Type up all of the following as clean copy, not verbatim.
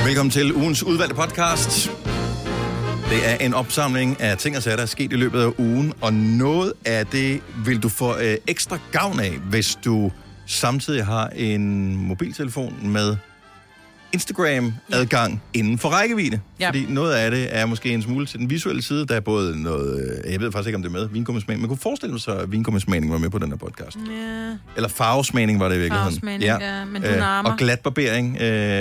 Velkommen til ugens udvalgte podcast. Det er en opsamling af ting og sager, der er sket i løbet af ugen, og noget af det vil du få ekstra gavn af, hvis du samtidig har en mobiltelefon med Instagram-adgang inden for rækkevidde. Ja. Fordi noget af det er måske en smule til den visuelle side. Der er både noget, jeg ved faktisk ikke, om det er med, vingummesmagning. Man kunne forestille sig, at vingummesmagning var med på den her podcast. Ja. Eller farvesmagning var det i virkeligheden. Farvesmagning, ja. Men du nærmer. Og glatbarbering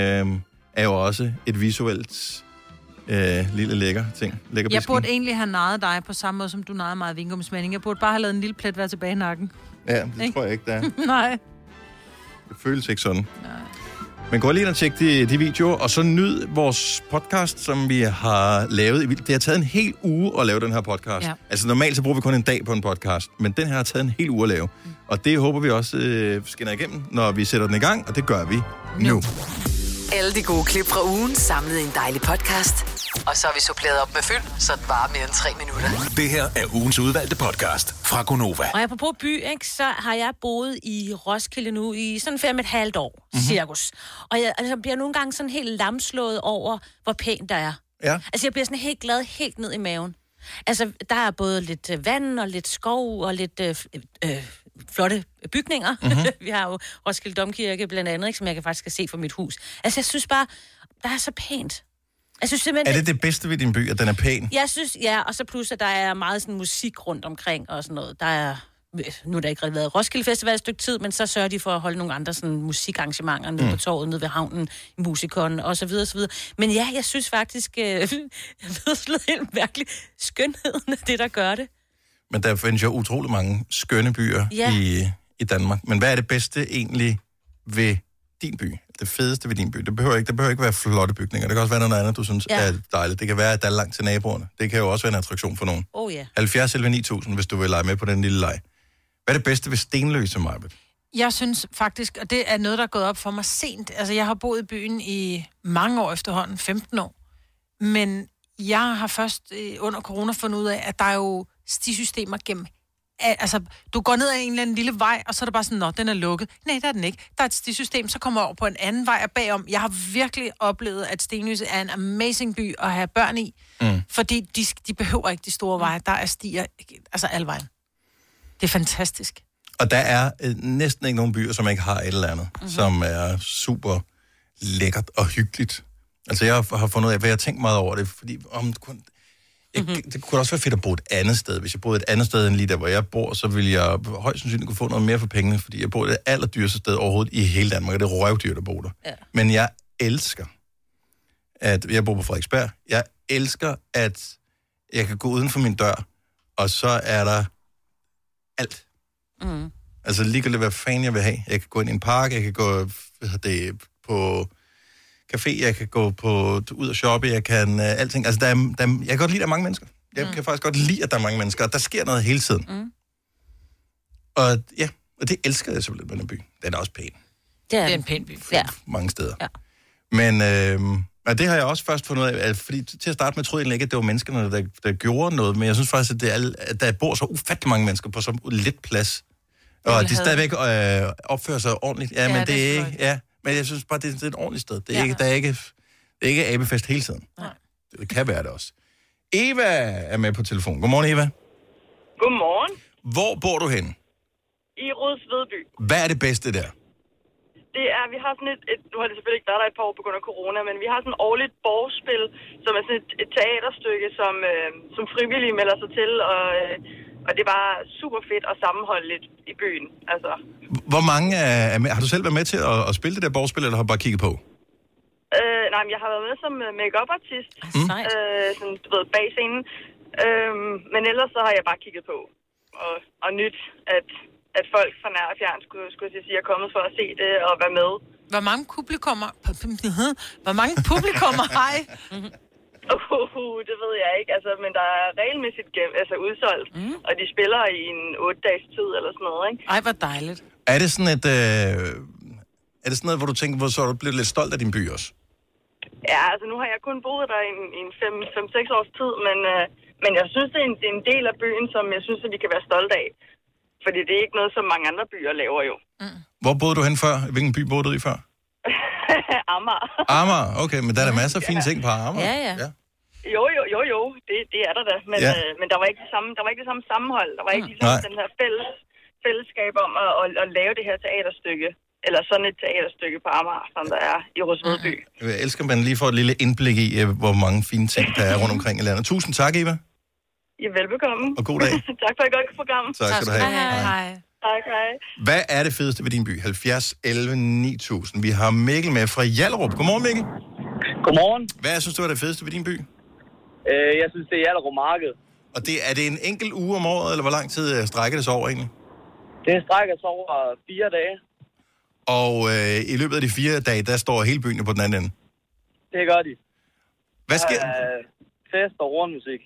er jo også et visuelt lille lækker ting. Jeg burde egentlig have nejet dig på samme måde, som du nejede meget vingummesmagning. Jeg burde bare have lavet en lille plet være tilbage i nakken. Ja, det tror jeg ikke, der er. Nej. Det føles ikke sådan. Nej. Men gå lige ind og tjek de videoer, og så nyd vores podcast, som vi har lavet. Det har taget en hel uge at lave den her podcast. Ja. Altså normalt så bruger vi kun en dag på en podcast, men den her har taget en hel uge at lave. Og det håber vi også skinner igennem, når vi sætter den i gang, og det gør vi nu. Alle de gode klip fra ugen samlet i en dejlig podcast. Og så har vi suppleret op med fyld, så det varer mere end 3 minutter. Det her er ugens udvalgte podcast fra Gonova. Og apropos by, ikke, så har jeg boet i Roskilde nu i sådan 5,5 år, cirkus. Og jeg bliver nogle gange sådan helt lamslået over, hvor pænt der er. Ja. Altså, jeg bliver sådan helt glad, helt ned i maven. Altså, der er både lidt vand og lidt skov og lidt flotte bygninger. Vi har jo Roskilde Domkirke blandt andet, ikke, som jeg kan faktisk se fra mit hus. Altså, jeg synes bare, der er så pænt. Jeg synes simpelthen, er det bedste ved din by, at den er pæn? Jeg synes, ja, og så plus, at der er meget sådan musik rundt omkring og sådan noget. Der er, nu har der ikke rigtig været Roskilde Festival et stykke tid, men så sørger de for at holde nogle andre sådan musikarrangementer nede på torvet, nede ved havnen, i Musikon og så videre, så videre. Men ja, jeg synes faktisk, jeg ved slet helt mærkeligt, skønheden af det, der gør det. Men der findes jo utrolig mange skønne byer i Danmark. Men hvad er det bedste egentlig ved din by? Det fedeste ved din by? Det behøver ikke være flotte bygninger. Det kan også være noget andet, du synes er dejligt. Det kan være, at der er langt til naboerne. Det kan jo også være en attraktion for nogen. 70 eller 9000, hvis du vil lege med på den lille leg. Hvad er det bedste ved Stenløse, Majbert? Jeg synes faktisk, og det er noget, der er gået op for mig sent. Altså, jeg har boet i byen i mange år efterhånden, 15 år. Men jeg har først under corona fundet ud af, at der er jo stisystemer gennem. Altså, du går ned ad en eller anden lille vej, og så er det bare sådan, nå, den er lukket. Nej, der er den ikke. Der er et stisystem, så kommer jeg over på en anden vej og bagom. Jeg har virkelig oplevet, at Stenløse er en amazing by at have børn i. Fordi de behøver ikke de store veje. Der er stier, altså alle vejen. Det er fantastisk. Og der er næsten ikke nogen byer, som ikke har et eller andet, som er super lækkert og hyggeligt. Altså, jeg har fundet ud af, hvad jeg tænkt meget over det, fordi det kunne også være fedt at bo et andet sted. Hvis jeg boede et andet sted end lige der, hvor jeg bor, så ville jeg højst sandsynligt kunne få noget mere for pengene, fordi jeg bor det allerdyreste sted overhovedet i hele Danmark, og det er røvdyrt at bo der. Ja. Men jeg elsker, at jeg bor på Frederiksberg. Jeg elsker, at jeg kan gå uden for min dør, og så er der alt. Altså ligegyldigt, hvad fanden jeg vil have. Jeg kan gå ind i en park, jeg kan gå på café, jeg kan gå ud og shoppe, jeg kan alting. Altså, jeg kan godt lide, at der er mange mennesker. Jeg kan faktisk godt lide, at der er mange mennesker, og der sker noget hele tiden. Og det elsker jeg simpelthen med den by. Den er også pæn. Det er en pæn by. Ja. Mange steder. Ja. Men og det har jeg også først fundet ud af, fordi til at starte med troede jeg ikke, at det var menneskerne, der gjorde noget, men jeg synes faktisk, at der bor så ufattelig mange mennesker på så lidt plads. Og de stadigvæk opfører sig ordentligt. Ja, men det er ikke... Ja. Men jeg synes bare, det er et ordentligt sted. Det er ikke abefest hele tiden. Nej. Det kan være det også. Eva er med på telefon. Godmorgen, Eva. Godmorgen. Hvor bor du henne? I Rudsvedby. Hvad er det bedste der? Det er, vi har sådan nu har det selvfølgelig ikke været der et par år på grund af corona, men vi har sådan et årligt borgspil, som er sådan et teaterstykke, som frivillige melder sig til, og det var super fedt og sammenholdeligt i byen. Altså. Hvor mange har du selv været med til at spille det der borgspil, eller har du bare kigget på? Nej, men jeg har været med som make-up-artist, sådan, du ved, bag scenen. Men ellers så har jeg bare kigget på og nyt, at folk fra nær og fjern skulle sige, er kommet for at se det og være med. Hvor mange publikummer har I? Det ved jeg ikke, altså, men der er regelmæssigt udsolgt, og de spiller i en 8-dages tid eller sådan noget, ikke? Ej, hvor dejligt. Er det sådan noget, hvor du tænker, hvor så er du blevet lidt stolt af din by også? Ja, altså nu har jeg kun boet der i en 5-6 års tid, men jeg synes, det er en del af byen, som jeg synes, at vi kan være stolte af. Fordi det er ikke noget, som mange andre byer laver jo. Hvor boede du hen før? Hvilken by boede du i før? Amager. Amager, okay, men der er der masser af fine ting på Amager. Ja. Jo. Det er der da. Men der var ikke det samme sammenhold. Der var ikke ligesom den her fællesskab om at lave det her teaterstykke. Eller sådan et teaterstykke på Amager, som der er i Rødby. Jeg elsker, man lige får et lille indblik i, hvor mange fine ting, der er rundt omkring i landet. Tusind tak, Eva. I er velbekomme. Og god dag. Tak for et godt program. Tak skal du have. Hej. Tak, hej. Hvad er det fedeste ved din by? 70, 11, 9000. Vi har Mikkel med fra Hjallerup. Godmorgen, Mikkel. Godmorgen. Hvad synes du er det fedeste ved din by? Jeg synes, det er Hjallerup Marked. Og er det en enkelt uge om året, eller hvor lang tid strækker det sig over egentlig? Det strækker sig over 4 dage. Og i løbet af de 4 dage, der står hele byen på den anden ende. Det gør de. Hvad sker fest og hornmusik.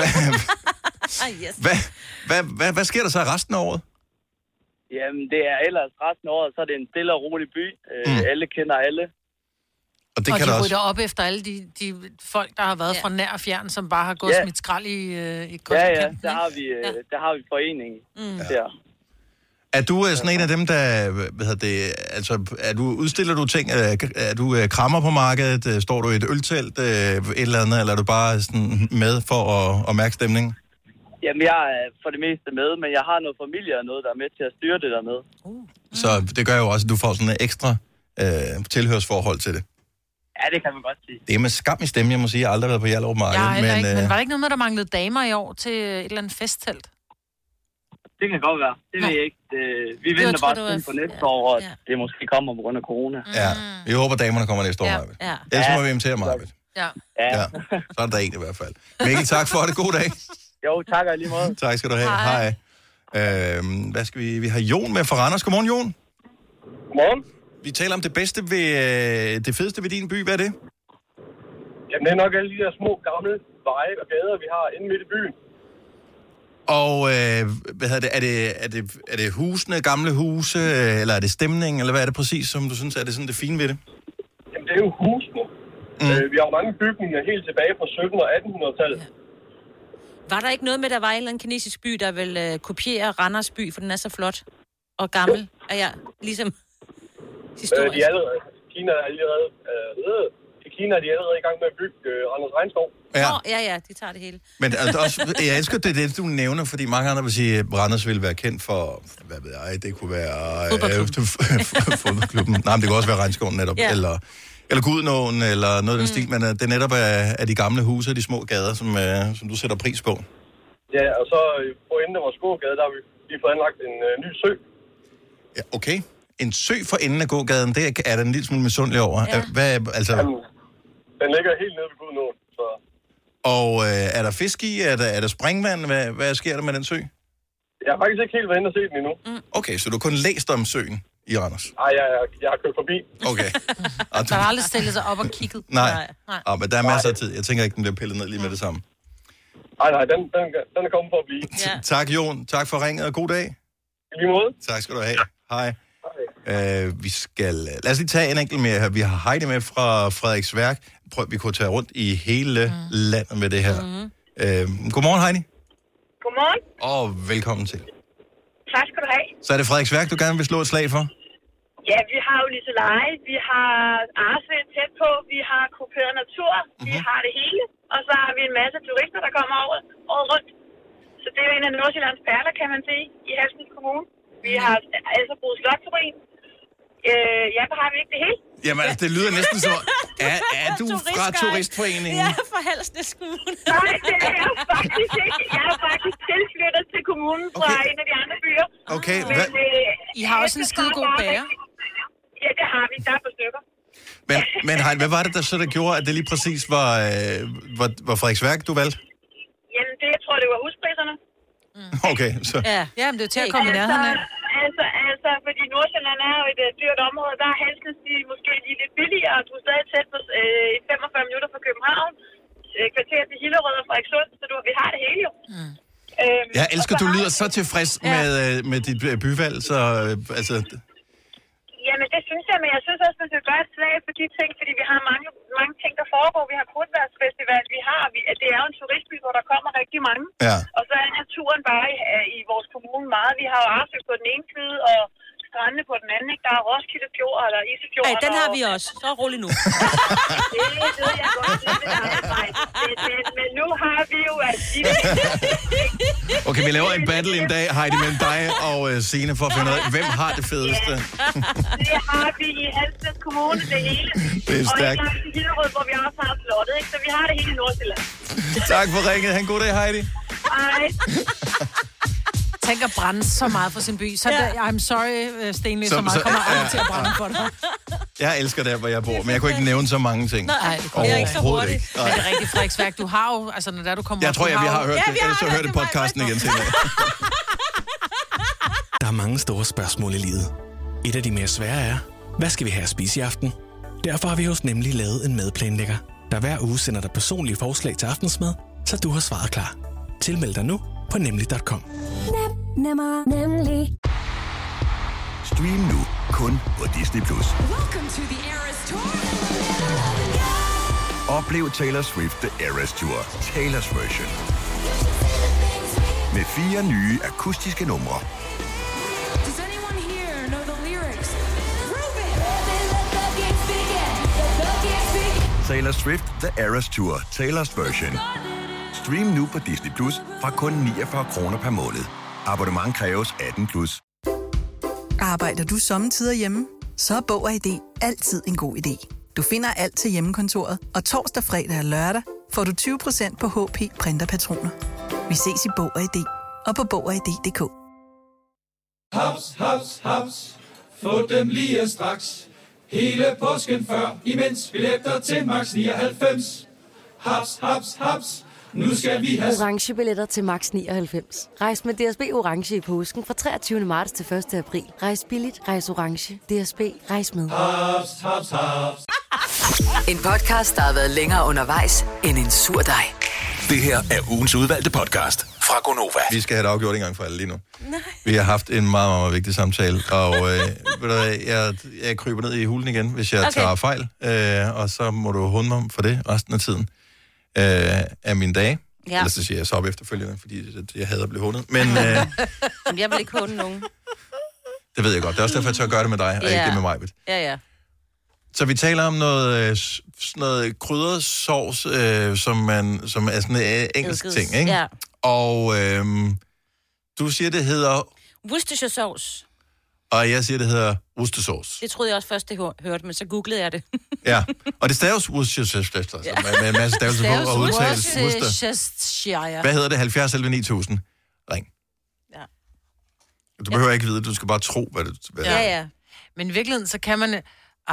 Hvad sker der så resten af året? Jamen, det er ellers resten af året, så er det en stille og rolig by. Alle kender alle. Og det og kan de også rydder op efter alle de folk, der har været fra nær og fjern, som bare har gået smidt skrald i konsekvensen. Ja, der har vi foreningen. Der. Er du sådan en af dem, der, udstiller du ting, er du krammer på markedet, står du i et øltelt, et eller andet, eller er du bare sådan med for at mærke stemningen? Jamen, jeg er for det meste med, men jeg har noget familie og noget, der er med til at styre det der med. Så det gør jo også, at du får sådan en ekstra tilhørsforhold til det. Ja, det kan man godt sige. Det er med skam i stemmen, jeg må sige, jeg har aldrig været på Hjallerup Marked. Men var der ikke noget med, der manglede damer i år til et eller andet festtelt? Det kan godt være. Det ved jeg ikke. Vi venter bare på næste år, og det måske kommer på grund af corona. Ja, vi håber, damerne kommer næste år, Marvind. Ellers må vi invitere Marvind. Ja. Så er der en i hvert fald. Mikkel, tak for det. God dag. Jo, tak og lige måde. Tak skal du have. Hej. Hvad skal vi? Vi har Jon med fra Randers. Godmorgen, Jon. Godmorgen. Vi taler om det bedste ved, det fedeste ved din by. Hvad er det? Jamen, det er nok alle de der små, gamle veje og gader, vi har inde midt i byen. Og er det husene, gamle huse, eller er det stemningen, eller hvad er det præcis, som du synes er det sådan det fine ved det? Jamen, det er jo husene. Vi har mange bygninger helt tilbage fra 1700- og 1800-tallet. Ja. Var der ikke noget med, der var en eller anden kinesisk by, der vil kopiere Randers by, for den er så flot og gammel? Er jeg ligesom historisk? Kina er allerede i gang med at bygge Randers Regnskov. Ja, de tager det hele. Men også, jeg elsker det, du nævner, fordi mange andre vil sige, at Randers vil være kendt for, hvad ved jeg, det kunne være fodboldklubben. Nej, men det kunne også være Regnskoven netop, eller Gudenåen, eller noget af den stil, men det netop er de gamle huse og de små gader, som du sætter pris på. Ja, og så på enden af vores gågade, der har vi lige fået anlagt en ny sø. Ja, okay. En sø for enden af gågaden, det er der en lille smule misundelig over. Ja. Jamen, den ligger helt nede ved Gudenåen, så... Og er der fisk i? Er der springvand? Hvad sker der med den sø? Jeg har faktisk ikke helt været inde og set den endnu. Okay, så du har kun læst om søen i Randers? Nej, jeg har kørt forbi. Okay. Der har aldrig stillet sig op og kigget. Nej. Men der er masser af tid. Jeg tænker ikke, den bliver pillet ned lige med det samme. Nej, den er kommet for at blive. Ja. Tak, Jon. Tak for ringet, og god dag. I lige måde. Tak skal du have. Hej. Lad os lige tage en enkelt mere her. Vi har Heidi med fra Frederiksværk. Vi kunne tage rundt i hele landet med det her. Godmorgen, Heidi. Godmorgen. Og velkommen til. Tak skal du have. Så er det Frederiksværk, du gerne vil slå et slag for? Ja, vi har jo Liseleje, vi har Arsvind tæt på, vi har kuperet natur, vi har det hele. Og så har vi en masse turister, der kommer året rundt. Så det er jo en af Nordsjællands perler, kan man sige, i Halsnæs Kommune. Vi har altså brugt Slottsruin. Ja, så har vi ikke det hele. Jamen, altså, det lyder næsten så... Er du fra turistforeningen? Ja, fra Halsnæs Kommune. Nej, det er jeg faktisk ikke. Jeg er faktisk tilflyttet til kommunen fra en af de andre byer. Okay, men, I har også en skide god bager. Ja, det har vi. Der er på stykker. Men Heidi, hvad var det, der gjorde, at det lige præcis var Frederiksværk, du valgte? Jamen, jeg tror, det var huspriserne. Okay, så... Ja, men det er til at komme i nærheden af. Altså, fordi Nordsjælland er jo et dyrt område, der er Halsnæs måske lige lidt billigere, og du er stadig tæt på 45 minutter fra København, kvarter til Hillerød og Frederikssund, så vi har det hele jo. Jeg elsker, du lyder så tilfreds med dit byvalg, så altså... Jamen, det synes jeg, men jeg synes også, at man skal gøre et slag for de ting, fordi vi har mange ting, der foregår. Vi har Krudtværsfestival, det er jo en turistby, hvor der kommer rigtig mange. Ja. Og så er naturen bare i vores kommune meget. Vi har jo Arsø på den ene side, og strandene på den anden, ikke? Der er Roskilde Fjord, eller Isefjord. Ej, den har vi også. Så rolig nu. Det ved jeg godt, men nu har vi jo Okay, vi laver en battle en dag, Heidi, mellem dig og Signe, for at finde ud af, hvem har det fedeste. Det har vi i Halsnæs Kommune, det hele. Det er stærkt. Og i Hillerød, hvor vi også har slottet, ikke? Så vi har det hele i Nordsjælland. Tak for ringet. Ha' en god dag, Heidi. Hej. Tænk at brænde så meget for sin by. Så I'm sorry, Stenley, så meget kommer aldrig til at brænde for dig. Jeg elsker der, hvor jeg bor, men jeg kunne ikke nævne så mange ting. Nej, det er ikke så hurtigt. Men det er rigtig Frederiksværk. Du har jo, altså når du kommer Jeg op, tror, vi har hørt det. Ellers så hørte podcasten igen senere. Der er mange store spørgsmål i livet. Et af de mere svære er, hvad skal vi have at spise i aften? Derfor har vi hos Nemlig lavet en madplanlægger, der hver uge sender dig personlige forslag til aftensmad, så du har svaret klar. Tilmeld dig nu på nemlig.com. Nemlig. Stream nu kun på Disney+. Oplev Taylor Swift The Eras Tour, Taylor's version. Med 4 nye akustiske numre. Taylor Swift The Eras Tour, Taylor's version. Stream nu på Disney Plus fra kun 49 kroner per måned. Abonnement kræves 18+. Arbejder du sommetider hjemme? Så er Bog og ID altid en god idé. Du finder alt til hjemmekontoret, og torsdag, fredag og lørdag får du 20% på HP printerpatroner. Vi ses i Bog og ID og på Bog og ID.dk. Haps, haps, haps. Få dem lige straks. Hele påsken før, imens billetter til max 99. Haps, haps, haps. Nu skal vi have orange billetter til max 99. Rejs med DSB orange i påsken fra 23. marts til 1. april. Rejs billigt, rejs orange. DSB, rejs med. haps, haps, haps. En podcast, der har været længere undervejs end en sur dej. Det her er ugens udvalgte podcast fra Gonova. Vi skal have det afgjort en gang for alle lige nu. Nej. Vi har haft en meget, meget vigtig samtale, og ved du hvad, jeg kryber ned i hulen igen, hvis jeg tager fejl, og så må du hunde mig for det resten af tiden af mine dage. Ja. Ellers så siger jeg så op efterfølgende, fordi jeg hader at blive hundet. Men jeg vil ikke hunde nogen. Det ved jeg godt. Det er også derfor, jeg tør gøre det med dig, og ikke det med mig. Ja. Så vi taler om noget krydret sovs, som er sådan en engelsk ting, ikke? Ja. Og du siger, det hedder Worcestershire sauce. Og jeg siger, det hedder Worcestershire. Det troede jeg også først, det hørte, men så googlede jeg det. Ja, og det staves Worcestershire, med en masse stavelser på og udtales Worcestershire. Hvad hedder det? 70 11 9000. Ring. Ja. Du behøver ikke vide, du skal bare tro, hvad det er. Ja. Men i virkeligheden, så kan man...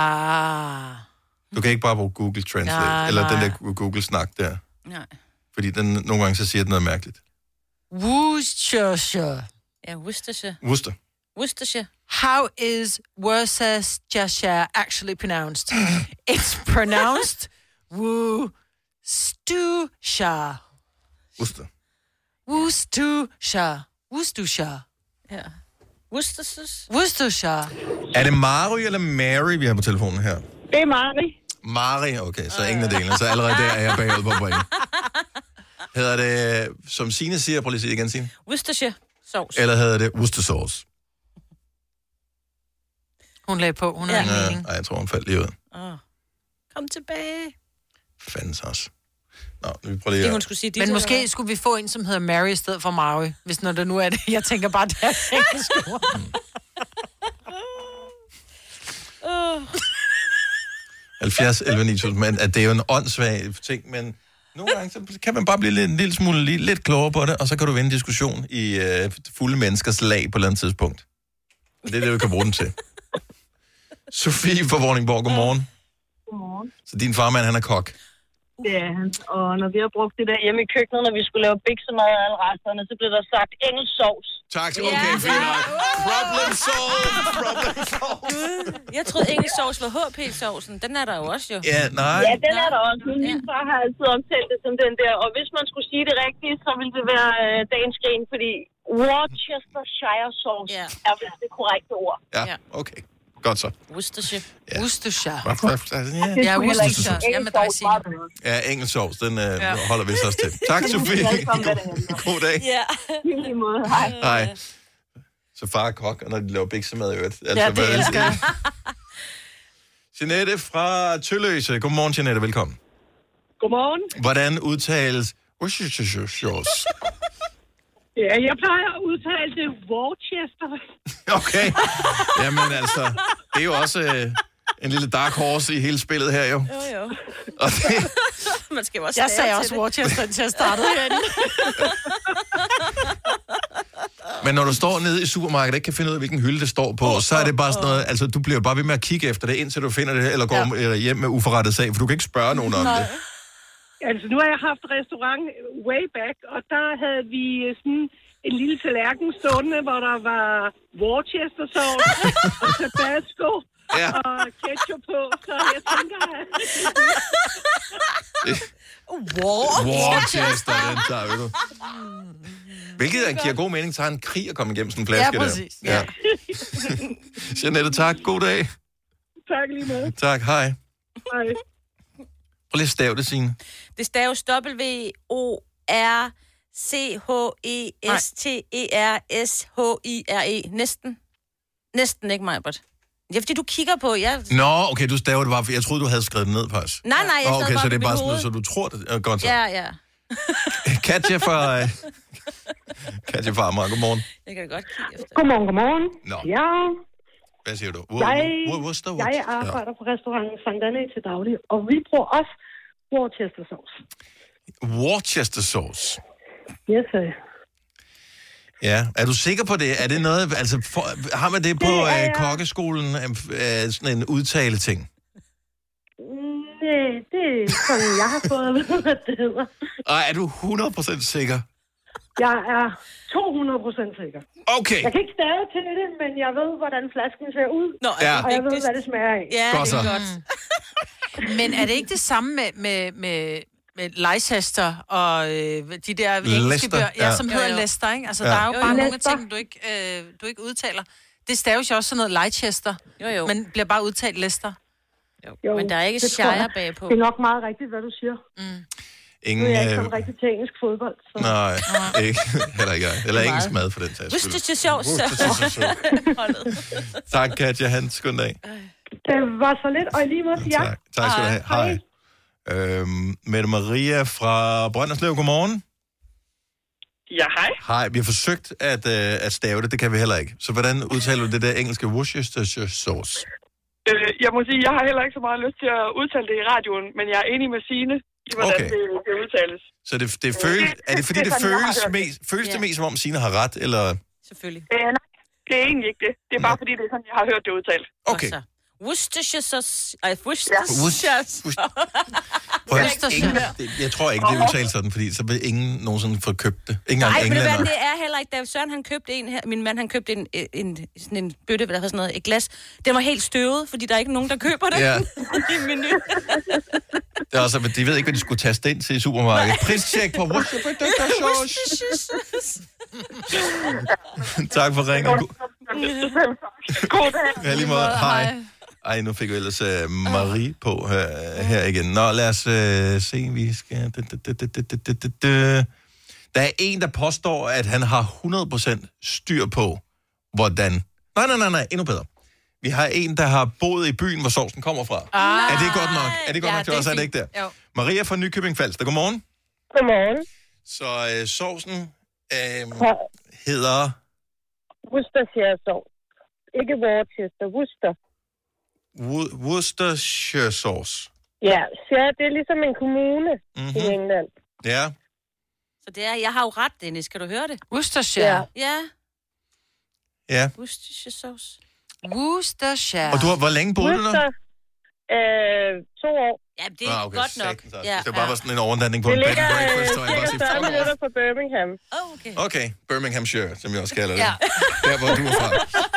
Du kan ikke bare bruge Google Translate, eller den der Google-snak der. Nej. Fordi den nogle gange så siger den noget mærkeligt. Worcestershire. Ja, Worcestershire. Worcestershire. How is Worcestershire actually pronounced? It's pronounced Worcestershire. Worcestershire. Ja. Worcestershire. Er det Mary eller Mary, vi har på telefonen her? Det er Mari. Mari, okay, så ingen af delene. Så allerede der er jeg bagud på point. Hedder det, som Signe siger, prøv lige at sige det igen, Signe. Worcestershire sauce. Eller hedder det Worcester sauce? Hun lagde på, hun havde en mening. Nej, jeg tror, hun faldt lige ud. Kom tilbage. Fandens også. Nå, vi prøver lige det, hun skulle sige, men måske skulle vi få en, som hedder Mary i stedet for Mary, hvis når det nu er det. Jeg tænker bare, det er engelsk ord. 70 11 9000, men at det er jo en åndssvag ting, men nogle gange så kan man bare blive en lille smule lidt klogere på det, og så kan du vinde diskussion i fulde menneskers lag på et eller andet tidspunkt. Og det er det, vi kan bruge den til. Sofie fra Vordingborg, godmorgen. Godmorgen. Så din farmand, han er kok? Det er han. Og når vi har brugt det der hjemme i køkkenet, når vi skulle lave biksemad og alle resterne, så blev der sagt engelsk sovs. Tak, okay, fint. Problem solved. Jeg troede engelsk sovs var HP-sovsen. Den er der jo også, jo. Ja, nej. Ja, den er der også. Min far har altid omtalt det som den der. Og hvis man skulle sige det rigtigt, så ville det være dagens grin, fordi Worcestershire sauce er vist det korrekte ord. Ja, okay. Godt så. Worcestershire. Ja. Worcestershire. Ja, Worcestershire. Ja, med dig, Signe. Ja, engelsk sovs, den holder vi så også til. Tak, Sofie. God dag. Ja. Lige måde. Hej. Hej. Så far er kok, og når de laver biksemad i øvrigt. Altså, ja, det elsker jeg. Jeanette fra Tølløse. Godmorgen, Jeanette. Velkommen. Godmorgen. Hvordan udtales... Ja, jeg plejer at udtale det Worcester. Okay. Jamen altså, det er jo også en lille dark horse i hele spillet her, jo. Jo. Og det... Man skal jo også jeg sagde også Worcester til at starte herinde. Men når du står nede i supermarkedet og ikke kan finde ud af, hvilken hylde det står på, så er det bare sådan noget... Altså, du bliver bare ved med at kigge efter det, indtil du finder det, eller går hjem med uforrettet sag, for du kan ikke spørge nogen om det. Altså, nu har jeg haft restaurant way back, og der havde vi sådan en lille tallerken stående, hvor der var Worcester sauce og tabasco og ketchup på, så jeg tænker, at... Worcester, den tager vi nu. Hvilket giver god mening, tager en krig at komme igennem sådan en flaske der. Præcis. Ja, Jeanette, tak. God dag. Tak lige med. Tak, hej. Hej. Prøv lige at stave det, Signe. Det staves W-O-R-C-H-E-S-T-E-R-S-H-I-R-E. Næsten ikke, Majbert. Det er, fordi du kigger på... Nå, okay, du staver det bare, for jeg troede, du havde skrevet det ned, faktisk. Nej, jeg sad okay, bare så det er bare sådan, så du tror det er godt så. Ja. Katja fra... Katja fra Amager, godmorgen. Jeg kan godt kigge efter. Godmorgen. Nå. Ja. Hvad siger du? Jeg arbejder på restauranten Sandane til daglig, og vi bruger også Worcester sauce. Worcester sauce? Yes, sir. Ja, er du sikker på det? Er det noget, altså, har man det på kokkeskolen, sådan en udtale ting? Nej, det er sådan, jeg har fået at vide, hvad det hedder. Og er du 100% sikker? Jeg er 200% sikker. Okay. Jeg kan ikke stave til det, men jeg ved, hvordan flasken ser ud. Nå, og jeg ved, hvad det smager af. Ja, godt det er så. godt. Men er det ikke det samme med Leicester og de der engelske bøger, som hedder Leicester, ikke? Altså, der er jo bare nogle ting, du ikke udtaler. Det staves jo også sådan noget Leicester, men bliver bare udtalt Leicester. Jo, men der er ikke shire bagpå. Det er nok meget rigtigt, hvad du siger. Ingen, nu er jeg ikke sådan rigtig til engelsk fodbold. Så. Nej, ikke. Heller ikke jeg. Eller engelsk mad for den sags skyld. Tak, Katja. Han skøn dag. Det var så lidt, og i lige måde til jer. Tak skal du have. Hej. Mette Maria fra Brønderslev, godmorgen. Ja, hej. Hej, vi har forsøgt at stave det, det kan vi heller ikke. Så hvordan udtaler du det der engelske Worcestershire sauce? Jeg må sige, jeg har heller ikke så meget lyst til at udtale det i radioen, men jeg er enig med Signe i, hvordan det udtales. Så er det fordi, det føles det mest som om Signe har ret, eller? Selvfølgelig. Nej, det er egentlig ikke det. Det er bare fordi, det er sådan, jeg har hørt det udtalt. Okay. Worcestershire sauce. Jeg tror ikke, det er udtalt sådan, fordi så vil ingen nogensinde få købt det. Nej, men det er heller ikke. Da Søren han købte en her, min mand han købte sådan en bøtte, hvad der var sådan noget, et glas. Den var helt støvet, fordi der er ikke nogen, der køber det i menu. Det er også, de ved ikke, hvad de skulle taste ind til i supermarkedet. Pristjek på Worcestershire sauce. Tak for ringen. God dag. Ja, lige måde. Hej. Ej, nu fik vi ellers Marie på her igen. Nå, lad os se, vi skal... Der er en, der påstår, at han har 100% styr på, hvordan... Nej, endnu bedre. Vi har en, der har boet i byen, hvor sovsen kommer fra. Er det godt nok? Er det godt nok til os? Er det ikke der? Jo. Maria fra Nykøbing Falster, godmorgen. Godmorgen. Så sovsen hedder... Worcestershire sauce. Ikke Worcester, Worcester. Worcestershire sauce. Ja, det er ligesom en kommune i England. Ja. Så det er, jeg har jo ret, Dennis. Kan du høre det? Worcestershire. Ja. Worcestershire sauce. Worcestershire. Og hvor længe boede du der? 2 år. Ja, det er godt nok. Det var bare sådan en overnatning på en bed and breakfast, og jeg bare sige 40 minutter fra Birmingham. Okay, Birminghamshire, som jeg også kalder det. Der, hvor du er fra.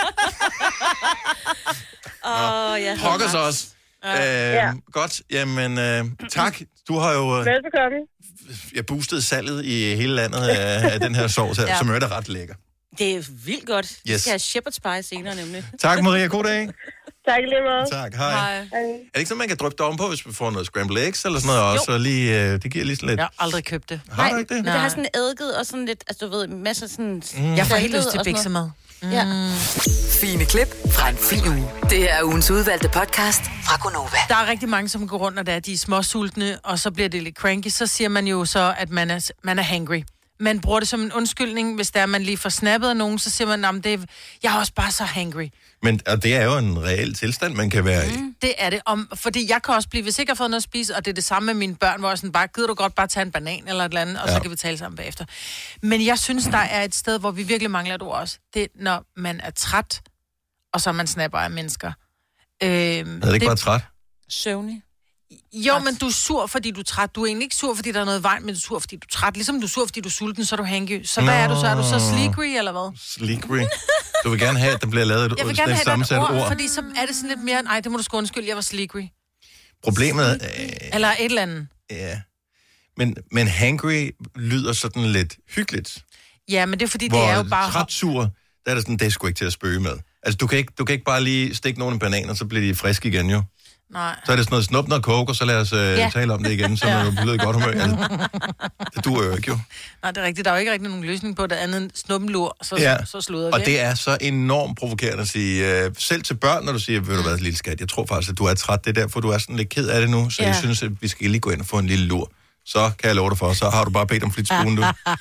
Pokker så også. Godt, jamen tak. Du har jo... Velbekomme. Jeg boostede salget i hele landet af den her sovs her, som er ret lækker. Det er vildt godt. Vi Yes. skal have shepherd's pie senere nemlig. Tak, Maria. God dag. Tak lige meget. Tak, hej. Er det ikke sådan, man kan dryppe det ovenpå, hvis vi får noget scrambled eggs eller sådan noget også? Og lige, det giver lige sådan lidt... Jeg har aldrig købt det. Har du ikke det? Men det har sådan eddike og sådan lidt, altså du ved, masser sådan... Jeg får helt lyst til biksemad. Ja. Fine klip fra en fin uge. Det er ugens udvalgte podcast fra Gonova. Der er rigtig mange, som går rundt, og de er småsultne, og så bliver det lidt cranky. Så siger man jo så, at man er hangry. Man bruger det som en undskyldning, hvis der er, man lige får snappet af nogen, så siger man, jeg er også bare så hangry. Men og det er jo en reel tilstand, man kan være i. Det er det. Fordi jeg kan også blive, hvis jeg ikke har fået noget at spise, og det er det samme med mine børn, hvor jeg sådan bare, gider du godt bare tage en banan eller et eller andet, og så kan vi tale sammen bagefter. Men jeg synes, der er et sted, hvor vi virkelig mangler et ord også. Det er, når man er træt, og så man snapper af mennesker. Er det ikke bare træt? Søvnig. Jo, men du er sur, fordi du er træt. Du er egentlig ikke sur, fordi der er noget vej, men du er sur, fordi du er træt. Ligesom du er sur, fordi du er sulten, så er du hangry. Så hvad er du så? Er du så sleekry, eller hvad? Sleekry. Du vil gerne have, at der bliver lavet et sammensat ord. Fordi så er det sådan lidt mere, nej, det må du sgu undskylde, jeg var sleekry. Problemet eller et eller andet. Ja. Men hangry lyder sådan lidt hyggeligt. Ja, men det er fordi, det er jo bare... Træt sur, der er det sådan, det er sgu ikke til at spøge med. Altså, du kan ikke bare lige stikke nogle bananer, så bliver de friske igen, jo. Nej. Så er det sådan noget snup, noget coke, og så lad os tale om det igen, så man bliver i godt humør. Altså, det duer jo ikke, jo. Nej, det er rigtigt. Der er jo ikke rigtig nogen løsning på det andet end snuppenlur, så sluder vi. Og det er så enormt provokerende at sige, selv til børn, når du siger, vil du være lille skat, jeg tror faktisk, at du er træt, det er derfor, du er sådan lidt ked af det nu, så jeg synes, at vi skal lige gå ind og få en lille lur. Så kan jeg love dig for, så har du bare bedt om flitsbuen, du.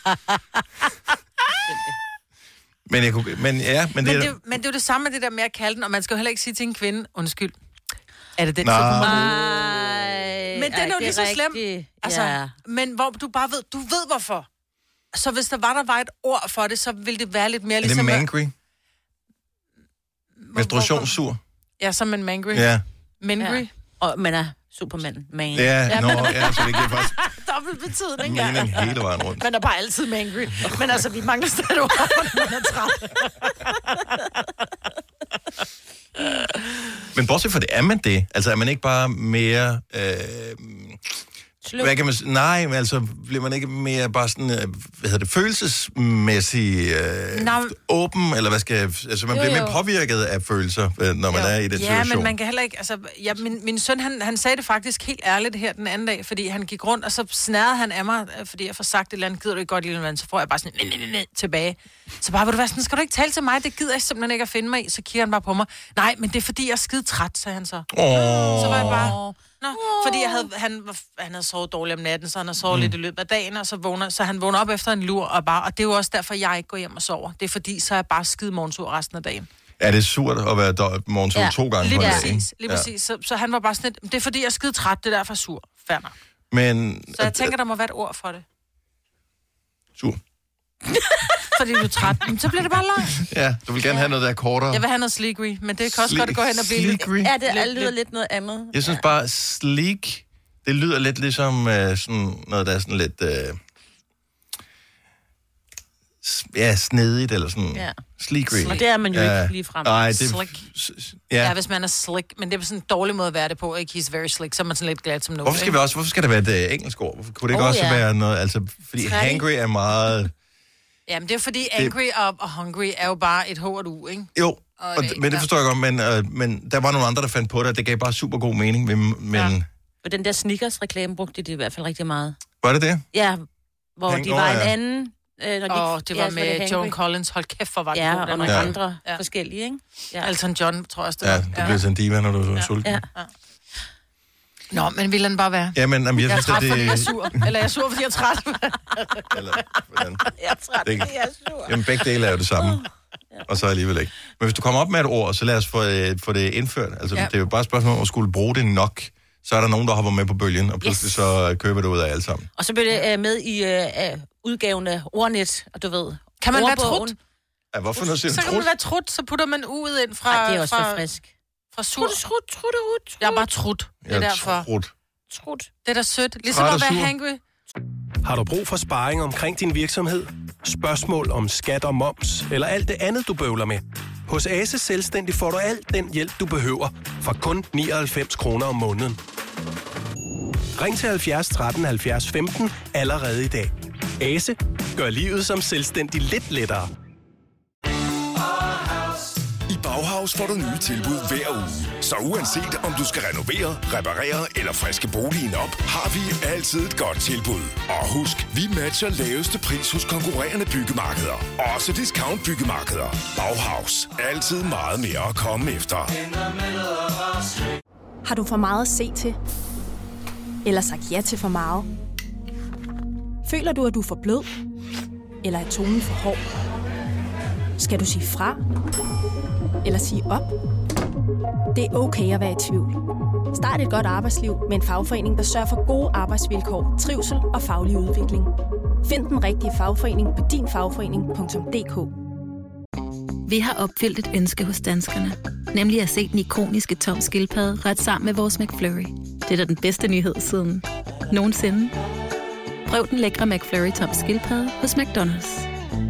Men det er jo det samme med det der med at kalde den, og man skal jo heller ikke sige til en kvinde, undskyld. Er det den? Nej. Men den er jo lige så slem. Altså, men hvor du bare ved, du ved hvorfor. Så hvis der var et ord for det, så ville det være lidt mere ligesom... Er det mangry? Menstruationssur? Ja, som en mangry. Ja. Mangry. Ja. Og man er superman. Man. Ja, så det giver faktisk... Dobbelt betydning, mening hele vejen rundt. Man er bare altid mangry. Men altså, vi mangler stadig ord, når man er træt. Men bortset fra det, er man det? Altså, er man ikke bare mere... hvad kan man sige? Nej, men altså, bliver man ikke mere bare sådan, følelsesmæssig åben, eller hvad skal altså, man bliver mere påvirket af følelser, når man er i den situation. Ja, men man kan heller ikke, altså, min søn, han sagde det faktisk helt ærligt her den anden dag, fordi han gik rundt, og så snærede han af mig, fordi jeg får sagt et eller andet, gider du ikke godt lille vand, så får jeg bare sådan, tilbage. Så bare, vil du være sådan, skal du ikke tale til mig, det gider jeg simpelthen ikke at finde mig i, så kigger han bare på mig. Nej, men det er fordi, jeg er skide træt, sagde han så. Så var jeg bare... Fordi han havde sovet dårligt om natten, så han har sovet lidt i løbet af dagen, og så han vågner op efter en lur, og det er jo også derfor, jeg ikke går hjem og sover. Det er fordi, så er jeg bare skide morgensur resten af dagen. Er det surt at være morgensur 2 gange på en dag? Lige præcis. Så han var bare sådan lidt, det er fordi, jeg er skide træt, det er derfor sur. Færdig. Så jeg tænker, der må være et ord for det. Sur. Fordi du er træt. Så bliver det bare langt. Ja, du vil gerne have noget, der er kortere. Jeg vil have noget sleekry, men det kan også godt gå hen og blive lidt... Ja, det lyder lidt noget andet. Jeg synes bare, sleek, det lyder lidt ligesom sådan noget, der er sådan lidt... snedigt, eller sådan... Ja. Sleekry. Og det er man jo ikke lige frem. Nej, det... Slick. Ja, hvis man er slick, men det er sådan en dårlig måde at være det på, ikke? He's very slick, så er man sådan lidt glad som noget. Hvorfor skal der være et engelsk ord? Kunne det ikke også være noget... Altså, fordi hangry er meget... Jamen, det er fordi angry og hungry er jo bare et H og et U, ikke? Jo, men det forstår jeg godt, men der var nogle andre, der fandt på det, og det gav bare super god mening. Men... Ja. Og den der Snickers-reklame brugte de i hvert fald rigtig meget. Var det det? Ja, hvor de var en anden... det var med Joan Collins. Hold kæft, for var det god. Og nogle andre forskellige, ikke? Ja. Elton John, tror jeg også, det var. Ja, det bliver sådan en diva, når du er sulten. Ja. Nå, men vil den bare være? Ja, men jeg er træt, fordi jeg er sur. Eller jeg er sur, fordi jeg er træt. Eller hvordan? Jeg er træt, fordi jeg er sur. Jamen, begge dele er jo det samme. Og så alligevel ikke. Men hvis du kommer op med et ord, så lad os få det indført. Altså, det er jo bare et spørgsmål om at skulle bruge det nok. Så er der nogen, der hopper med på bølgen, og pludselig så køber det ud af alle sammen. Og så bliver det med i udgaven af Ordnet, og du ved. Kan man være trut? Ja, hvorfor noget siger så kan man være trut, så putter man udet ind fra... Ej, det er også for frisk. Fra sur. Trut. Jeg er bare trut. Det er derfor. Trut. Det er da sødt. Ligesom at være hangry. Har du brug for sparring omkring din virksomhed? Spørgsmål om skat og moms, eller alt det andet, du bøvler med? Hos Ase Selvstændig får du alt den hjælp, du behøver, for kun 99 kroner om måneden. Ring til 70 13 70 15 allerede i dag. Ase gør livet som selvstændig lidt lettere. I Bauhaus Bauhaus får du nye tilbud hver uge. Så uanset om du skal renovere, reparere eller friske boligen op, har vi altid et godt tilbud. Og husk, vi matcher laveste pris hos konkurrerende byggemarkeder. Også discount byggemarkeder. Bauhaus. Altid meget mere at komme efter. Har du for meget at se til? Eller sagt ja til for meget? Føler du, at du er for blød? Eller er tonen for hård? Skal du sige fra? Eller sige op? Det er okay at være i tvivl. Start et godt arbejdsliv med en fagforening, der sørger for gode arbejdsvilkår, trivsel og faglig udvikling. Find den rigtige fagforening på dinfagforening.dk. Vi har opfyldt et ønske hos danskerne. Nemlig at se den ikoniske Tom Skildpadde ret sammen med vores McFlurry. Det er da den bedste nyhed siden nogensinde. Prøv den lækre McFlurry Tom Skildpadde hos McDonald's.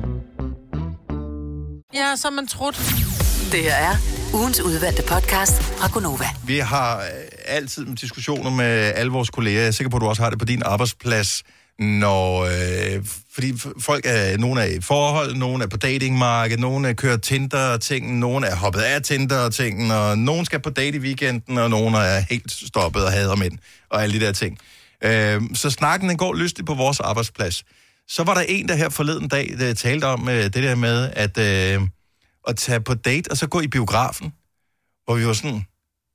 Ja, så man trudt. Det her er ugens udvalgte podcast fra Gonova. Vi har altid diskussioner med alle vores kolleger. Jeg er sikker på, at du også har det på din arbejdsplads. Når, fordi folk er, nogle er i forhold, nogle er på datingmarkedet, nogle kører Tinder-ting, nogle er hoppet af Tinder-ting, og nogle skal på date i weekenden, og nogle er helt stoppet og hader mænd, og alle de der ting. Så snakken den går lystigt på vores arbejdsplads. Så var der en, der her forleden dag der talte om det der med at tage på date, og så gå i biografen, hvor vi var sådan,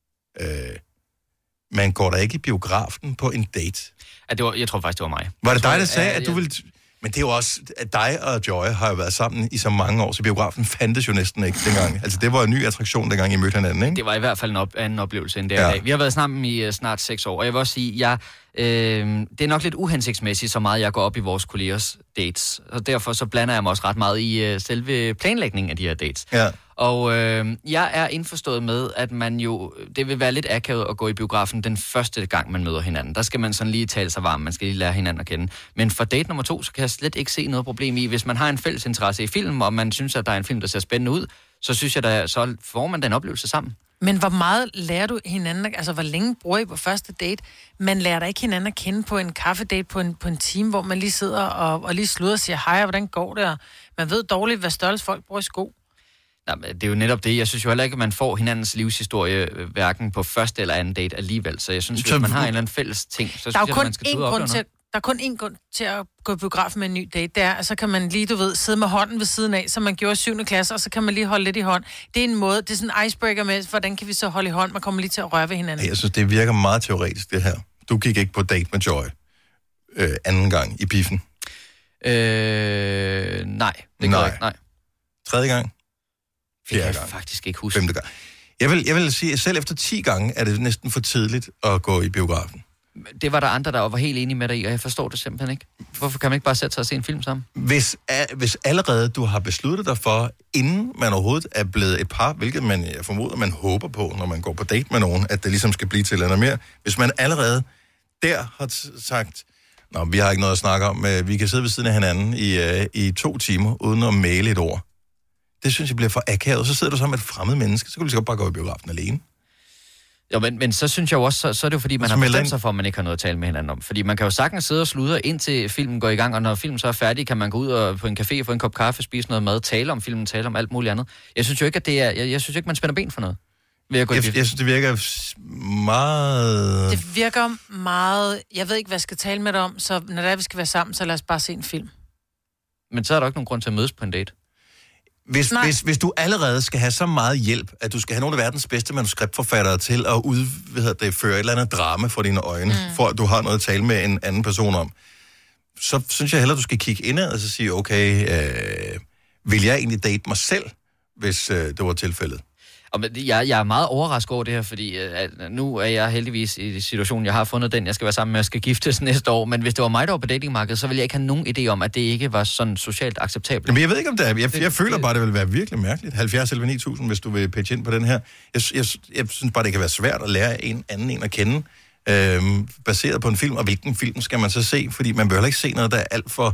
man går da ikke i biografen på en date. Ja, jeg tror faktisk, det var mig. Var det dig, der sagde, at du ville... Men det er jo også, at dig og Joy har jo været sammen i så mange år, så biografen fandtes jo næsten ikke dengang. Altså, det var en ny attraktion, dengang I mødte hinanden, ikke? Det var i hvert fald en anden oplevelse end det i dag. Vi har været sammen i snart 6 år, og jeg vil også sige, det er nok lidt uhensigtsmæssigt, så meget jeg går op i vores kollegers dates. Og derfor så blander jeg mig også ret meget i selve planlægningen af de her dates. Ja. Og jeg er indforstået med, at man jo... Det vil være lidt akavet at gå i biografen den første gang, man møder hinanden. Der skal man sådan lige tale sig varm, man skal lige lære hinanden at kende. Men for date nummer 2, så kan jeg slet ikke se noget problem i, hvis man har en fælles interesse i film, og man synes, at der er en film, der ser spændende ud, så synes jeg, så får man den oplevelse sammen. Men hvor meget lærer du hinanden, altså hvor længe bruger I på første date? Man lærer da ikke hinanden at kende på en kaffedate på en time, hvor man lige sidder og lige slutter og siger, hej, hvordan går det? Og man ved dårligt, hvad størrelse folk bruger i sko. Nej, det er jo netop det. Jeg synes jo heller ikke, at man får hinandens livshistorie hverken på første eller anden date alligevel. Så jeg synes, hvis man har en eller anden fælles ting, så synes jeg, at man skal ud og opleve noget. Der er kun én grund til at gå i biografen med en ny date. Det er, at så kan man lige, du ved, sidde med hånden ved siden af, som man gjorde i 7. klasse, og så kan man lige holde lidt i hånd. Det er en måde, det er sådan en icebreaker med, hvordan kan vi så holde i hånd? Man kommer lige til at røre ved hinanden. Jeg synes, det virker meget teoretisk, det her. Du gik ikke på date med Joy anden gang i biffen. Nej, det gør jeg ikke, nej. Tredje gang? Det kan jeg faktisk ikke huske. 5. gang. Jeg vil sige, at selv efter 10 gange er det næsten for tidligt at gå i biografen. Det var der andre, der var helt enige med dig i, og jeg forstår det simpelthen ikke. Hvorfor kan man ikke bare sætte sig og se en film sammen? Hvis allerede du har besluttet dig for, inden man overhovedet er blevet et par, hvilket jeg formoder, man håber på, når man går på date med nogen, at det ligesom skal blive til noget mere. Hvis man allerede der har sagt, nå, vi har ikke noget at snakke om, vi kan sidde ved siden af hinanden i 2 timer, uden at male et ord. Det synes jeg bliver for akavet. Så sidder du sammen med et fremmed menneske, så kan du lige bare gå i biografen alene. Jo, men så synes jeg jo også, så er det jo fordi, man har bestemt sig for, at man ikke har noget at tale med hinanden om. Fordi man kan jo sagtens sidde og sludre, indtil filmen går i gang, og når filmen så er færdig, kan man gå ud og på en café, få en kop kaffe, spise noget mad, tale om filmen, tale om alt muligt andet. Jeg synes jo ikke, at jeg synes ikke, man spænder ben for noget. Jeg synes, det virker meget... Det virker meget... Jeg ved ikke, hvad jeg skal tale med dig om, så når det er, vi skal være sammen, så lad os bare se en film. Men så er der ikke nogen grund til at mødes på en date. Hvis du allerede skal have så meget hjælp, at du skal have nogle af verdens bedste manuskriptforfattere til at føre et eller andet drama for dine øjne, for at du har noget at tale med en anden person om, så synes jeg hellere, du skal kigge indad og så sige, okay, vil jeg egentlig date mig selv, hvis det var tilfældet? Jeg er meget overrasket over det her, fordi nu er jeg heldigvis i situationen, jeg har fundet den, jeg skal være sammen med, og skal giftes næste år, men hvis det var mig, der var på datingmarkedet, så ville jeg ikke have nogen idé om, at det ikke var sådan socialt acceptabelt. Men jeg ved ikke, om det er. Jeg føler bare, det vil være virkelig mærkeligt. 70 eller 9000, hvis du vil pitche ind på den her. Jeg synes bare, det kan være svært at lære en anden at kende, baseret på en film, og hvilken film skal man så se, fordi man behøver ikke se noget, der er alt for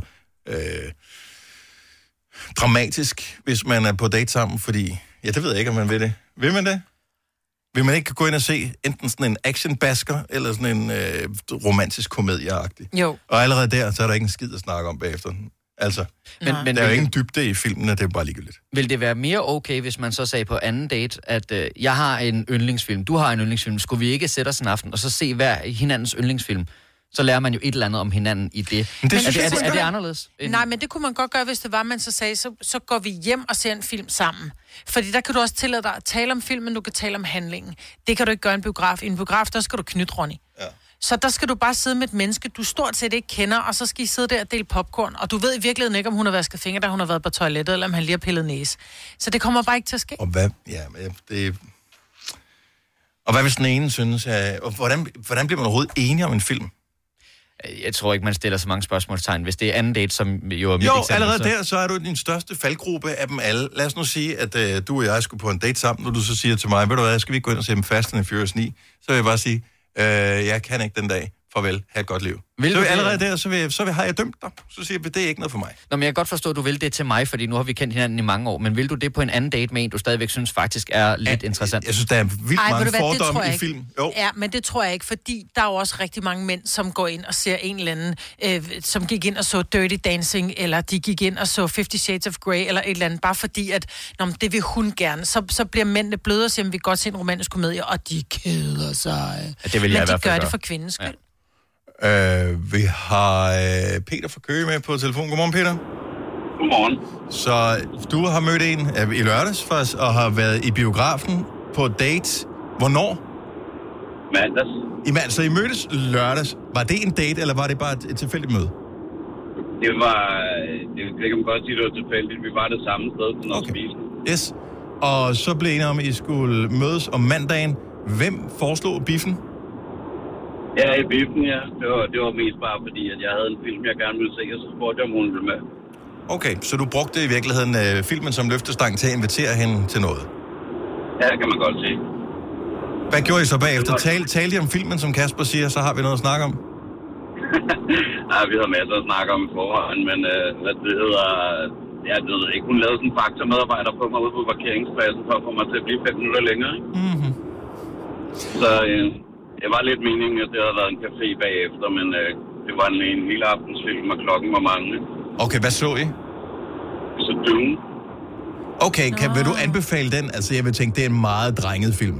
dramatisk, hvis man er på date sammen, fordi... Ja, det ved jeg ikke, om man vil det. Vil man det? Vil man ikke gå ind og se enten sådan en action-basker, eller sådan en romantisk komedieagtig? Jo. Og allerede der, så er der ikke en skid at snakke om bagefter. Altså, men der er jo ingen dybde i filmen, og det er bare ligegyldigt. Vil det være mere okay, hvis man så sagde på anden date, at jeg har en yndlingsfilm, du har en yndlingsfilm, skulle vi ikke sætte os en aften, og så se hver hinandens yndlingsfilm? Så lærer man jo et eller andet om hinanden i det. Er det anderledes? Nej, men det kunne man godt gøre, hvis det var, man så sagde, så går vi hjem og ser en film sammen. Fordi der kan du også tillade dig at tale om filmen, du kan tale om handlingen. Det kan du ikke gøre i en biograf. I en biograf, der skal du knytte, Ronny. Ja. Så der skal du bare sidde med et menneske, du stort set ikke kender, og så skal I sidde der og dele popcorn. Og du ved i virkeligheden ikke, om hun har vasket fingre, da hun har været på toilettet, eller om han lige har pillet næse. Så det kommer bare ikke til at ske. Og hvad, og hvad hvis den ene synes, hvordan bliver man overhovedet enige om en film? Jeg tror ikke, man stiller så mange spørgsmålstegn, hvis det er anden date, som jo er mit eksempel. Jo, allerede der, så er du din største faldgruppe af dem alle. Lad os nu sige, at du og jeg skulle på en date sammen, og du så siger til mig, ved du hvad, skal vi gå ind og se Fast and Furious 9? Så vil jeg bare sige, jeg kan ikke den dag. Farvel, have et godt liv. Så allerede der, så har jeg dømt dig. Så siger jeg, det er ikke noget for mig. Nå, men jeg kan godt forstå, at du vil det til mig, fordi nu har vi kendt hinanden i mange år. Men vil du det på en anden date med en, du stadigvæk synes faktisk er lidt interessant? Jeg synes, der er vildt mange fordomme i film. Jo. Ja, men det tror jeg ikke, fordi der er jo også rigtig mange mænd, som går ind og ser en eller anden, som gik ind og så Dirty Dancing, eller de gik ind og så 50 Shades of Grey, eller et eller andet, bare fordi, at det vil hun gerne. Så bliver mændene bløde og siger, at vi godt se en romantisk komedie, og de keder sig. Ja, det vil jeg men de gør det for kvindens skyld. Ja. Vi har Peter fra Køge med på telefon. Godmorgen, Peter. Godmorgen. Så du har mødt en i lørdags først, og har været i biografen på date. Hvornår? Mandags. Så I mødtes lørdags. Var det en date, eller var det bare et tilfældigt møde? Det kan man godt sige, det var tilfældigt. Vi var det samme sted til noget spise. Yes. Og så blev I enige om, at I skulle mødes om mandagen. Hvem foreslog biffen? Ja, i biffen, ja. Det var mest bare fordi, at jeg havde en film, jeg gerne ville se, og så spurgte jeg, om hun ville med. Okay, så du brugte i virkeligheden filmen som løftestang til at invitere hende til noget? Ja, det kan man godt sige. Hvad gjorde I så bagefter? Talte I om filmen, som Kasper siger, så har vi noget at snakke om? Nej, vi havde masser at snakke om i forvejen, men hvad det hedder... Jeg ved ikke, hun lavede sådan en faktormedarbejder på mig ude på parkeringspladsen for at få mig til at blive 5 minutter længere, ikke? Mm-hmm. Så... Det var lidt meningen, at det havde været en café bagefter, men det var en hele aftensfilm, og klokken var mange. Okay, hvad så I? Så Dune. Okay, vil du anbefale den? Altså, jeg vil tænke, det er en meget drenget film.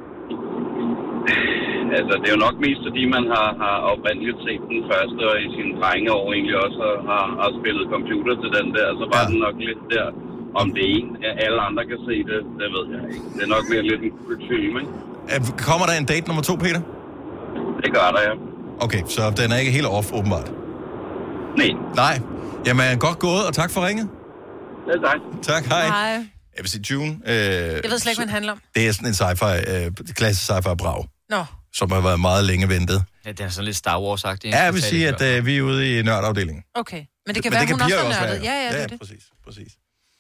Altså, det er jo nok mest, fordi man har oprindeligt set den første, og i sine drengeår egentlig også har spillet computer til den der, så var den nok lidt der. Om det er en, alle andre kan se det, det ved jeg ikke. Det er nok mere lidt en kultfilm, ikke? Kommer der en date nummer 2, Peter? Det gør der, ja. Okay, så den er ikke helt off, åbenbart? Nej. Jamen, godt gået, og tak for ringet. Ja, tak. Tak, hej. Hej. Jeg vil sige, Dune... Jeg ved slet ikke, hvad den handler om. Det er sådan en sci-fi, klassisk sci-fi-brag. Nå. Som har været meget længe ventet. Ja, det er sådan lidt Star Wars-agtigt. Ja, jeg vil sige, at vi er ude i nørdafdelingen. Okay, men det kan være, hun også er nørdet. Ja, det er det. Præcis.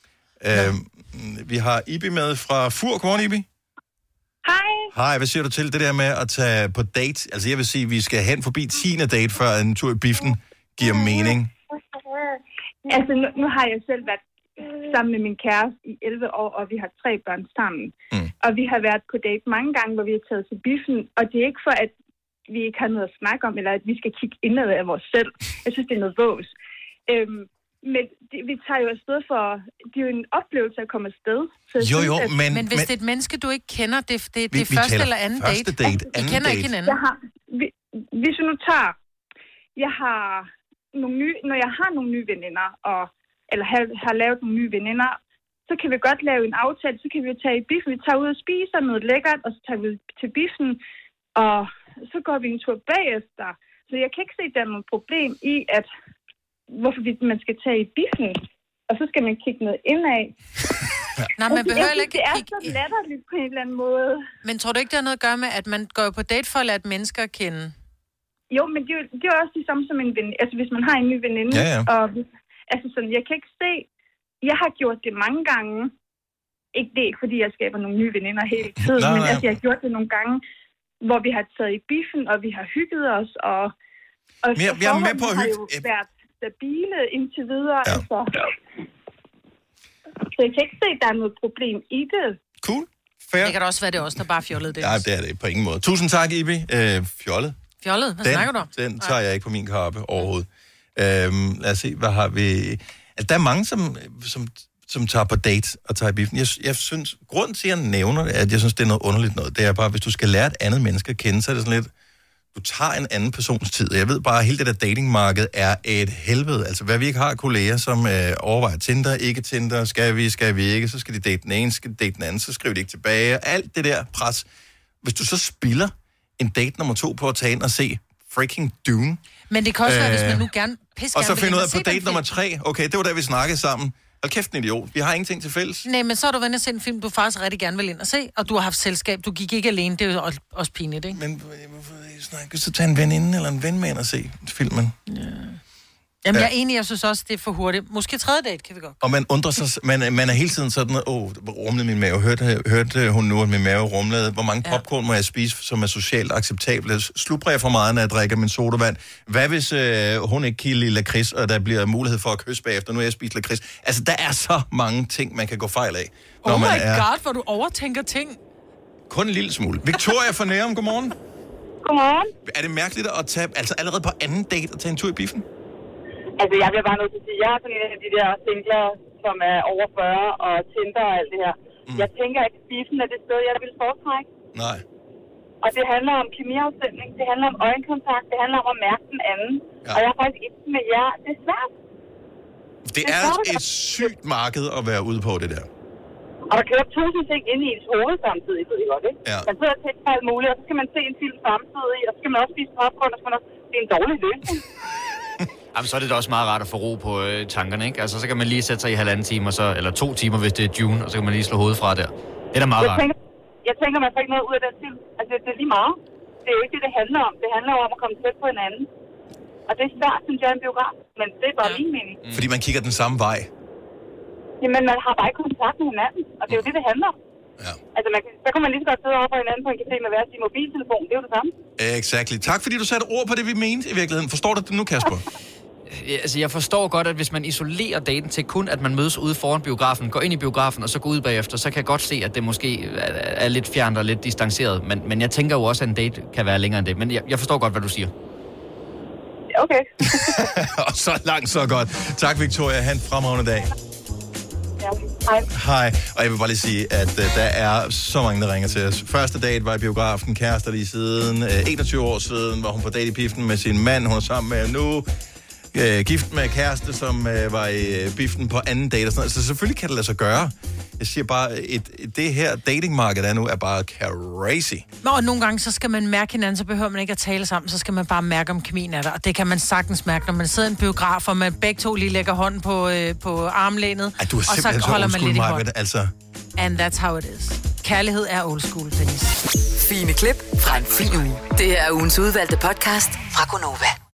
Vi har Ibi med fra Fur. Godmorgen, Ibi. Hej, hvad siger du til det der med at tage på date? Altså jeg vil sige, at vi skal hen forbi 10. date, før en tur i biffen giver mening. Altså nu har jeg selv været sammen med min kæreste i 11 år, og vi har 3 børn sammen. Og vi har været på date mange gange, hvor vi har taget til biffen, og det er ikke for, at vi ikke har noget at snakke om, eller at vi skal kigge indad af vores selv. Jeg synes, det er noget vås. Men vi tager jo afsted for... Det er jo en oplevelse at komme afsted. Men hvis det er et menneske, du ikke kender, det er første eller anden date. Vi kender ikke hinanden. Hvis vi nu tager... Jeg har nogle nye... Når jeg har nogle nye veninder, eller har lavet nogle nye veninder, så kan vi godt lave en aftale. Så kan vi jo tage i biffen. Vi tager ud og spiser noget lækkert, og så tager vi til biffen, og så går vi en tur bagefter. Så jeg kan ikke se, at der er noget problem i, at hvorfor man skal tage i biffen, og så skal man kigge noget indad. Nej, man behøver ikke det er så latterligt på en eller anden måde. Men tror du ikke, det har noget at gøre med, at man går på date for at lade mennesker kende? Jo, men det er også det samme som en veninde. Altså, hvis man har en ny veninde. Ja. Og, altså sådan, jeg kan ikke se... Jeg har gjort det mange gange. Ikke det, fordi jeg skaber nogle nye veninder hele tiden, men altså, jeg har gjort det nogle gange, hvor vi har taget i biffen, og vi har hygget os, og jeg er med på at hygge. Har jo været stabile indtil videre. Ja. Altså. Så jeg kan ikke se, at der er noget problem i det. Cool. Fair. Det kan da også være, det også, der bare fjollede det. Nej, det er det på ingen måde. Tusind tak, Ibi. Fjollet. Fjollet? Hvad snakker du om? Den tager jeg ikke på min kappe overhovedet. Lad os se, hvad har vi... Altså, der er mange, som tager på date og tager i biffen. Jeg synes, grunden til, at jeg nævner det, at jeg synes, det er noget underligt noget, det er bare, hvis du skal lære et andet menneske at kende, så er det sådan lidt, du tager en anden persons tid. Jeg ved bare, at hele det der datingmarked er et helvede. Altså, hvad vi ikke har kolleger, som overvejer Tinder, ikke Tinder, skal vi ikke, så skal de date den ene, skal de date den anden, så skriver de ikke tilbage. Alt det der pres. Hvis du så spilder en date nummer 2 på at tage ind og se freaking Dune. Men det kan også være, hvis man nu gerne og så finder ud af på date nummer 3, okay, det var der, vi snakkede sammen. Hold kæft, en idiot. Vi har ingenting til fælles. Nej, men så har du været at se en film, du faktisk rigtig gerne vil ind og se, og du har haft selskab. Du gik ikke alene. Det er jo også pinligt, ikke? Men hvorfor snakke? Så tage en veninde eller en ven med ind og se filmen. Ja. Jamen, jeg er enig, jeg synes også, det er for hurtigt. Måske 3. date kan vi godt. Og man undrer sig, man er hele tiden sådan, rumlede min mave. Hørte hun nu, at min mave rumlede? Hvor mange popcorn må jeg spise, som er socialt acceptable? Slubrer jeg for meget, når jeg drikker min sodavand? Hvad hvis hun ikke kan lide lakrids, og der bliver mulighed for at kysse bagefter? Nu er jeg spist lakrids. Altså, der er så mange ting, man kan gå fejl af. Når Oh my man god, hvor du overtænker ting. Kun en lille smule. Victoria fra Nærum, godmorgen. Godmorgen. Er det mærkeligt at tage, altså allerede på anden date, at tage en tur i biffen? Altså, jeg bliver bare nødt til at sige, jeg er sådan en af de der singler, som er over 40 og Tinder og alt det her. Jeg tænker, at biffen er det sted, jeg vil foretrække. Nej. Og det handler om kemiafstemning, det handler om øjenkontakt, det handler om at mærke den anden. Ja. Og jeg er faktisk ikke med jer. Det er svært. Det er et sygt marked at være ude på, det der. Og der kører 1000 ting ind i ens hoved samtidig, ved I godt, ikke? Ja. Man sidder og tænker på alt muligt, og så skal man se en film samtidig, og så skal man også spise popcorn, og så skal man også... Det er en dårlig løsning. Jamen, så er det da også meget rart at få ro på tankerne, ikke? Altså, så kan man lige sætte sig i 1,5 time, eller 2 timer, hvis det er Dune, og så kan man lige slå hovedet fra der. Det er da meget rart. Jeg tænker, man får ikke noget ud af den film. Altså, det er lige meget. Det er jo ikke det, det handler om. Det handler om at komme tæt på hinanden. Og det er svært, synes jeg, en biograf. Men det er bare min mening. Fordi man kigger den samme vej. Jamen, man har bare ikke kontakt med hinanden. Og det er jo det, det handler om. Ja. Altså, så kan man lige så godt sidde over for hinanden på en café med hver sin mobiltelefon. Det er jo det samme. Exakt. Tak, fordi du satte ord på det, vi mente i virkeligheden. Forstår du det nu, Kasper? Altså, jeg forstår godt, at hvis man isolerer daten til kun, at man mødes ude foran biografen, går ind i biografen og så går ud bagefter, så kan jeg godt se, at det måske er lidt fjernt og lidt distanceret. Men jeg tænker jo også, at en date kan være længere end det. Men jeg forstår godt, hvad du siger. Okay. Og så langt, så godt. Tak, Victoria. Ha' en fremragende dag. Ja, hej. Hej. Og jeg vil bare lige sige, at der er så mange, der ringer til os. Første date var i biografen, kærester lige siden. 21 år siden var hun på date i biffen med sin mand. Hun er sammen med nu. Gift med kæreste, som var i biffen på anden date og sådan noget. Så selvfølgelig kan det lade sig gøre. Jeg siger bare, det her datingmarked der nu er bare crazy. Og nogle gange, så skal man mærke hinanden, så behøver man ikke at tale sammen, så skal man bare mærke, om kemien er der. Og det kan man sagtens mærke, når man sidder i en biograf, og man begge to lige lægger hånden på armlænet. Ej, du er simpelthen så old school, Marvind, altså. And that's how it is. Kærlighed er old school, Dennis. Fine klip fra en fin uge. Det her er ugens udvalgte podcast fra Gonova.